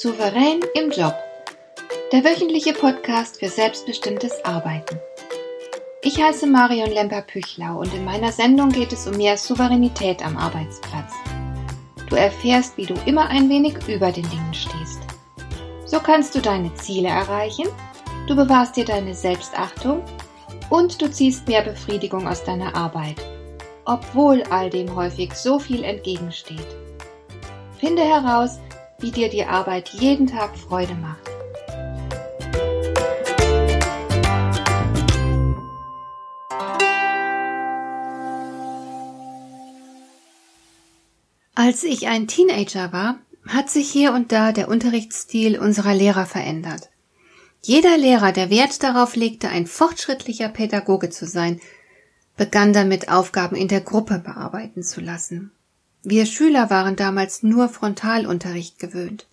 Souverän im Job. Der wöchentliche Podcast für selbstbestimmtes Arbeiten. Ich heiße Marion Lemper-Püchlau und in meiner Sendung geht es um mehr Souveränität am Arbeitsplatz. Du erfährst, wie du immer ein wenig über den Dingen stehst. So kannst du deine Ziele erreichen, du bewahrst dir deine Selbstachtung und du ziehst mehr Befriedigung aus deiner Arbeit, obwohl all dem häufig so viel entgegensteht. Finde heraus, wie dir die Arbeit jeden Tag Freude macht. Als ich ein Teenager war, hat sich hier und da der Unterrichtsstil unserer Lehrer verändert. Jeder Lehrer, der Wert darauf legte, ein fortschrittlicher Pädagoge zu sein, begann damit, Aufgaben in der Gruppe bearbeiten zu lassen. Wir Schüler waren damals nur Frontalunterricht gewöhnt.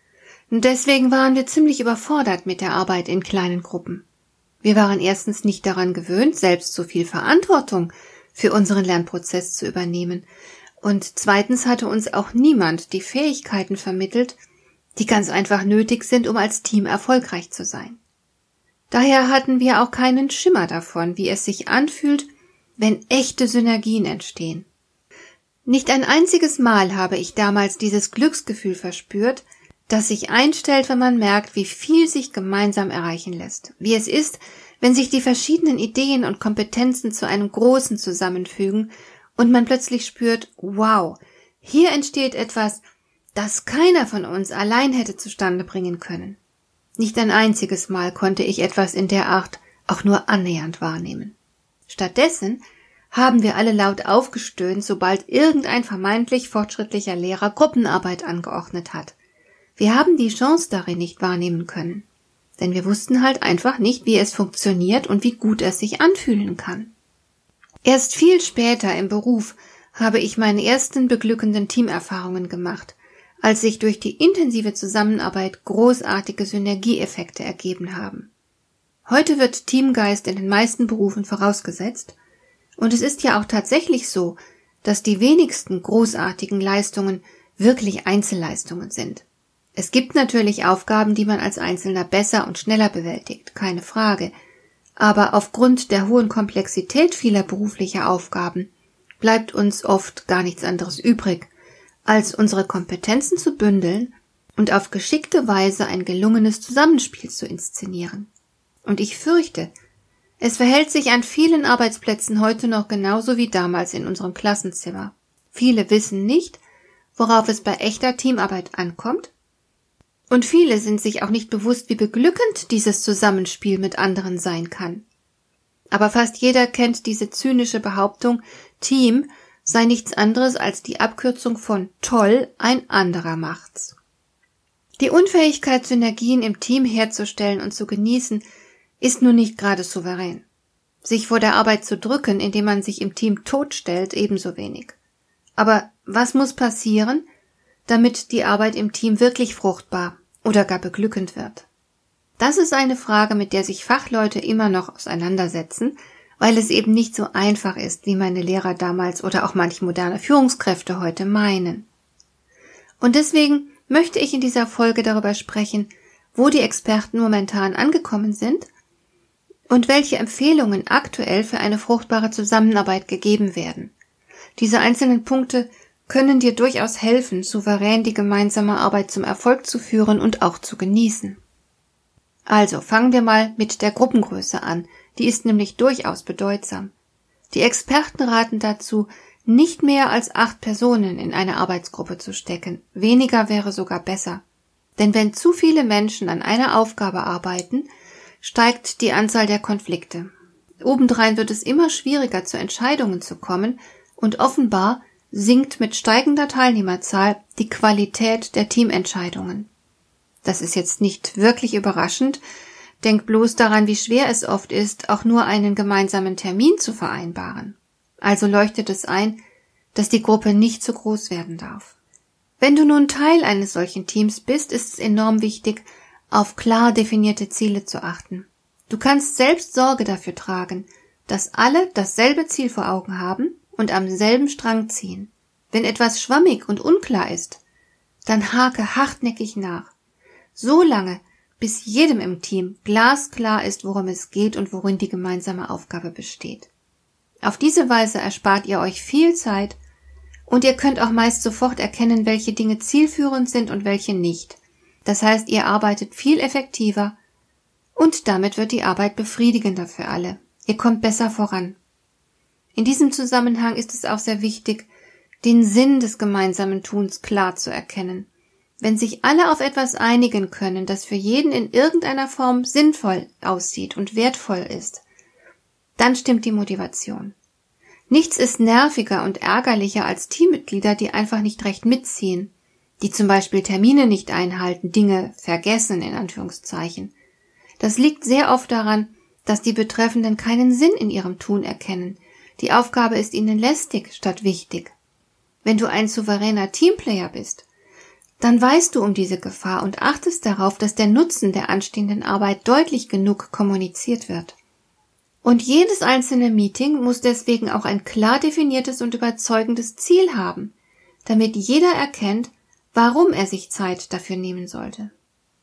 Und deswegen waren wir ziemlich überfordert mit der Arbeit in kleinen Gruppen. Wir waren erstens nicht daran gewöhnt, selbst so viel Verantwortung für unseren Lernprozess zu übernehmen. Und zweitens hatte uns auch niemand die Fähigkeiten vermittelt, die ganz einfach nötig sind, um als Team erfolgreich zu sein. Daher hatten wir auch keinen Schimmer davon, wie es sich anfühlt, wenn echte Synergien entstehen. Nicht ein einziges Mal habe ich damals dieses Glücksgefühl verspürt, das sich einstellt, wenn man merkt, wie viel sich gemeinsam erreichen lässt. Wie es ist, wenn sich die verschiedenen Ideen und Kompetenzen zu einem Großen zusammenfügen und man plötzlich spürt, wow, hier entsteht etwas, das keiner von uns allein hätte zustande bringen können. Nicht ein einziges Mal konnte ich etwas in der Art auch nur annähernd wahrnehmen. Stattdessen haben wir alle laut aufgestöhnt, sobald irgendein vermeintlich fortschrittlicher Lehrer Gruppenarbeit angeordnet hat. Wir haben die Chance darin nicht wahrnehmen können, denn wir wussten halt einfach nicht, wie es funktioniert und wie gut es sich anfühlen kann. Erst viel später im Beruf habe ich meine ersten beglückenden Teamerfahrungen gemacht, als sich durch die intensive Zusammenarbeit großartige Synergieeffekte ergeben haben. Heute wird Teamgeist in den meisten Berufen vorausgesetzt, und es ist ja auch tatsächlich so, dass die wenigsten großartigen Leistungen wirklich Einzelleistungen sind. Es gibt natürlich Aufgaben, die man als Einzelner besser und schneller bewältigt, keine Frage. Aber aufgrund der hohen Komplexität vieler beruflicher Aufgaben bleibt uns oft gar nichts anderes übrig, als unsere Kompetenzen zu bündeln und auf geschickte Weise ein gelungenes Zusammenspiel zu inszenieren. Und ich fürchte, es verhält sich an vielen Arbeitsplätzen heute noch genauso wie damals in unserem Klassenzimmer. Viele wissen nicht, worauf es bei echter Teamarbeit ankommt, und viele sind sich auch nicht bewusst, wie beglückend dieses Zusammenspiel mit anderen sein kann. Aber fast jeder kennt diese zynische Behauptung, Team sei nichts anderes als die Abkürzung von toll, ein anderer macht's. Die Unfähigkeit, Synergien im Team herzustellen und zu genießen, ist nun nicht gerade souverän. Sich vor der Arbeit zu drücken, indem man sich im Team totstellt, ebenso wenig. Aber was muss passieren, damit die Arbeit im Team wirklich fruchtbar oder gar beglückend wird? Das ist eine Frage, mit der sich Fachleute immer noch auseinandersetzen, weil es eben nicht so einfach ist, wie meine Lehrer damals oder auch manche moderne Führungskräfte heute meinen. Und deswegen möchte ich in dieser Folge darüber sprechen, wo die Experten momentan angekommen sind und welche Empfehlungen aktuell für eine fruchtbare Zusammenarbeit gegeben werden. Diese einzelnen Punkte können dir durchaus helfen, souverän die gemeinsame Arbeit zum Erfolg zu führen und auch zu genießen. Also fangen wir mal mit der Gruppengröße an, die ist nämlich durchaus bedeutsam. Die Experten raten dazu, nicht mehr als 8 Personen in eine Arbeitsgruppe zu stecken, weniger wäre sogar besser. Denn wenn zu viele Menschen an einer Aufgabe arbeiten, steigt die Anzahl der Konflikte. Obendrein wird es immer schwieriger, zu Entscheidungen zu kommen und offenbar sinkt mit steigender Teilnehmerzahl die Qualität der Teamentscheidungen. Das ist jetzt nicht wirklich überraschend. Denk bloß daran, wie schwer es oft ist, auch nur einen gemeinsamen Termin zu vereinbaren. Also leuchtet es ein, dass die Gruppe nicht zu groß werden darf. Wenn du nun Teil eines solchen Teams bist, ist es enorm wichtig, auf klar definierte Ziele zu achten. Du kannst selbst Sorge dafür tragen, dass alle dasselbe Ziel vor Augen haben und am selben Strang ziehen. Wenn etwas schwammig und unklar ist, dann hake hartnäckig nach. So lange, bis jedem im Team glasklar ist, worum es geht und worin die gemeinsame Aufgabe besteht. Auf diese Weise erspart ihr euch viel Zeit und ihr könnt auch meist sofort erkennen, welche Dinge zielführend sind und welche nicht. Das heißt, ihr arbeitet viel effektiver und damit wird die Arbeit befriedigender für alle. Ihr kommt besser voran. In diesem Zusammenhang ist es auch sehr wichtig, den Sinn des gemeinsamen Tuns klar zu erkennen. Wenn sich alle auf etwas einigen können, das für jeden in irgendeiner Form sinnvoll aussieht und wertvoll ist, dann stimmt die Motivation. Nichts ist nerviger und ärgerlicher als Teammitglieder, die einfach nicht recht mitziehen, die zum Beispiel Termine nicht einhalten, Dinge vergessen, in Anführungszeichen. Das liegt sehr oft daran, dass die Betreffenden keinen Sinn in ihrem Tun erkennen. Die Aufgabe ist ihnen lästig statt wichtig. Wenn du ein souveräner Teamplayer bist, dann weißt du um diese Gefahr und achtest darauf, dass der Nutzen der anstehenden Arbeit deutlich genug kommuniziert wird. Und jedes einzelne Meeting muss deswegen auch ein klar definiertes und überzeugendes Ziel haben, damit jeder erkennt, warum er sich Zeit dafür nehmen sollte.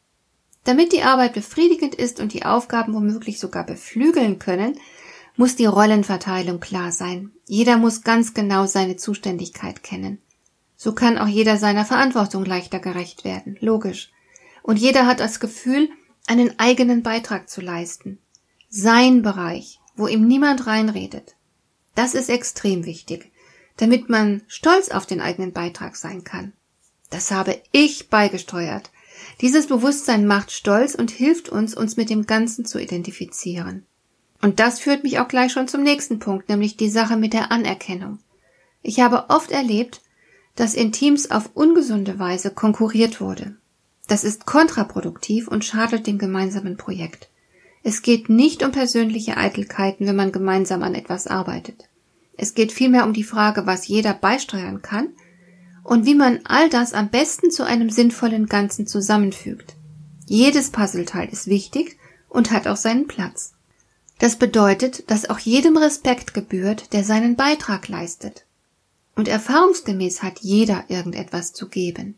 Damit die Arbeit befriedigend ist und die Aufgaben womöglich sogar beflügeln können, muss die Rollenverteilung klar sein. Jeder muss ganz genau seine Zuständigkeit kennen. So kann auch jeder seiner Verantwortung leichter gerecht werden, logisch. Und jeder hat das Gefühl, einen eigenen Beitrag zu leisten. Sein Bereich, wo ihm niemand reinredet. Das ist extrem wichtig, damit man stolz auf den eigenen Beitrag sein kann. Das habe ich beigesteuert. Dieses Bewusstsein macht stolz und hilft uns mit dem Ganzen zu identifizieren. Und das führt mich auch gleich schon zum nächsten Punkt, nämlich die Sache mit der Anerkennung. Ich habe oft erlebt, dass in Teams auf ungesunde Weise konkurriert wurde. Das ist kontraproduktiv und schadet dem gemeinsamen Projekt. Es geht nicht um persönliche Eitelkeiten, wenn man gemeinsam an etwas arbeitet. Es geht vielmehr um die Frage, was jeder beisteuern kann und wie man all das am besten zu einem sinnvollen Ganzen zusammenfügt. Jedes Puzzleteil ist wichtig und hat auch seinen Platz. Das bedeutet, dass auch jedem Respekt gebührt, der seinen Beitrag leistet. Und erfahrungsgemäß hat jeder irgendetwas zu geben.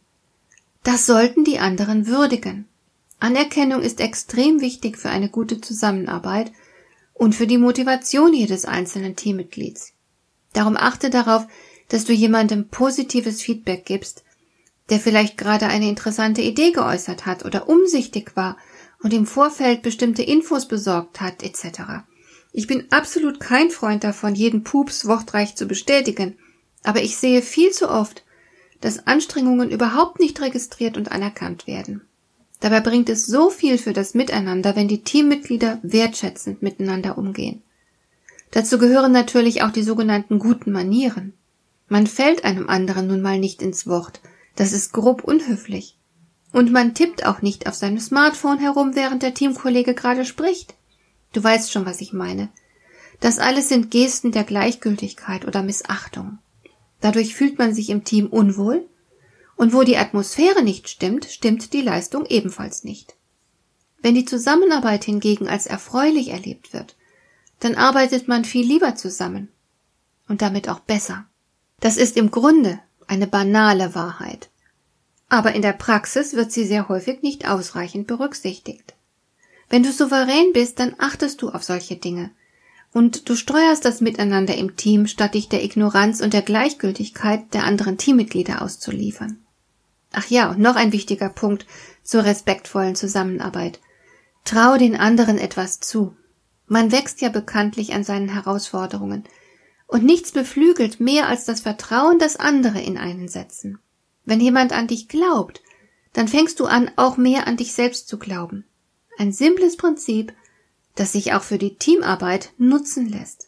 Das sollten die anderen würdigen. Anerkennung ist extrem wichtig für eine gute Zusammenarbeit und für die Motivation jedes einzelnen Teammitglieds. Darum achte darauf, dass du jemandem positives Feedback gibst, der vielleicht gerade eine interessante Idee geäußert hat oder umsichtig war und im Vorfeld bestimmte Infos besorgt hat, etc. Ich bin absolut kein Freund davon, jeden Pups wortreich zu bestätigen, aber ich sehe viel zu oft, dass Anstrengungen überhaupt nicht registriert und anerkannt werden. Dabei bringt es so viel für das Miteinander, wenn die Teammitglieder wertschätzend miteinander umgehen. Dazu gehören natürlich auch die sogenannten guten Manieren. Man fällt einem anderen nun mal nicht ins Wort, das ist grob unhöflich. Und man tippt auch nicht auf seinem Smartphone herum, während der Teamkollege gerade spricht. Du weißt schon, was ich meine. Das alles sind Gesten der Gleichgültigkeit oder Missachtung. Dadurch fühlt man sich im Team unwohl, und wo die Atmosphäre nicht stimmt, stimmt die Leistung ebenfalls nicht. Wenn die Zusammenarbeit hingegen als erfreulich erlebt wird, dann arbeitet man viel lieber zusammen und damit auch besser. Das ist im Grunde eine banale Wahrheit. Aber in der Praxis wird sie sehr häufig nicht ausreichend berücksichtigt. Wenn du souverän bist, dann achtest du auf solche Dinge. Und du steuerst das Miteinander im Team, statt dich der Ignoranz und der Gleichgültigkeit der anderen Teammitglieder auszuliefern. Ach ja, und noch ein wichtiger Punkt zur respektvollen Zusammenarbeit. Trau den anderen etwas zu. Man wächst ja bekanntlich an seinen Herausforderungen. Und nichts beflügelt mehr als das Vertrauen, das andere in einen setzen. Wenn jemand an dich glaubt, dann fängst du an, auch mehr an dich selbst zu glauben. Ein simples Prinzip, das sich auch für die Teamarbeit nutzen lässt.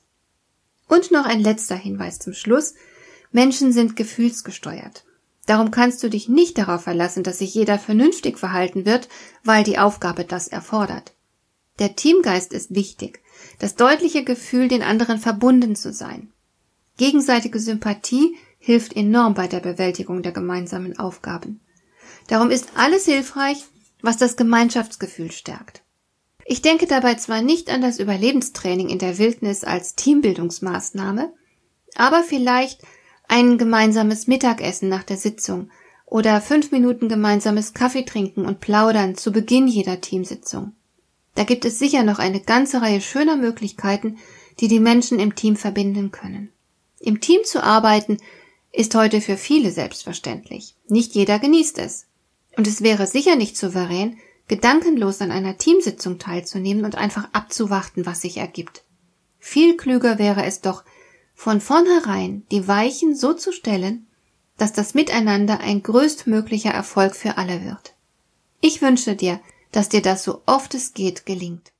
Und noch ein letzter Hinweis zum Schluss. Menschen sind gefühlsgesteuert. Darum kannst du dich nicht darauf verlassen, dass sich jeder vernünftig verhalten wird, weil die Aufgabe das erfordert. Der Teamgeist ist wichtig, das deutliche Gefühl, den anderen verbunden zu sein. Gegenseitige Sympathie hilft enorm bei der Bewältigung der gemeinsamen Aufgaben. Darum ist alles hilfreich, was das Gemeinschaftsgefühl stärkt. Ich denke dabei zwar nicht an das Überlebenstraining in der Wildnis als Teambildungsmaßnahme, aber vielleicht ein gemeinsames Mittagessen nach der Sitzung oder 5 Minuten gemeinsames Kaffee trinken und plaudern zu Beginn jeder Teamsitzung. Da gibt es sicher noch eine ganze Reihe schöner Möglichkeiten, die die Menschen im Team verbinden können. Im Team zu arbeiten ist heute für viele selbstverständlich. Nicht jeder genießt es. Und es wäre sicher nicht souverän, gedankenlos an einer Teamsitzung teilzunehmen und einfach abzuwarten, was sich ergibt. Viel klüger wäre es doch, von vornherein die Weichen so zu stellen, dass das Miteinander ein größtmöglicher Erfolg für alle wird. Ich wünsche dir, dass dir das so oft es geht gelingt.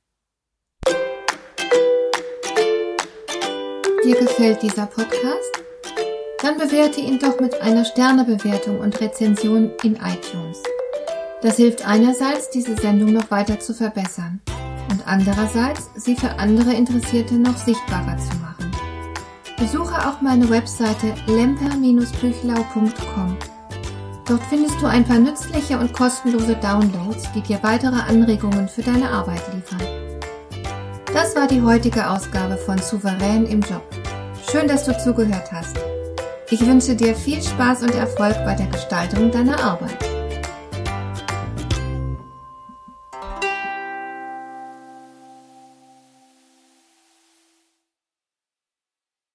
Dir gefällt dieser Podcast? Dann bewerte ihn doch mit einer Sternebewertung und Rezension in iTunes. Das hilft einerseits, diese Sendung noch weiter zu verbessern und andererseits, sie für andere Interessierte noch sichtbarer zu machen. Besuche auch meine Webseite lemper-büchlau.com. Dort findest du ein paar nützliche und kostenlose Downloads, die dir weitere Anregungen für deine Arbeit liefern. Das war die heutige Ausgabe von Souverän im Job. Schön, dass du zugehört hast. Ich wünsche dir viel Spaß und Erfolg bei der Gestaltung deiner Arbeit.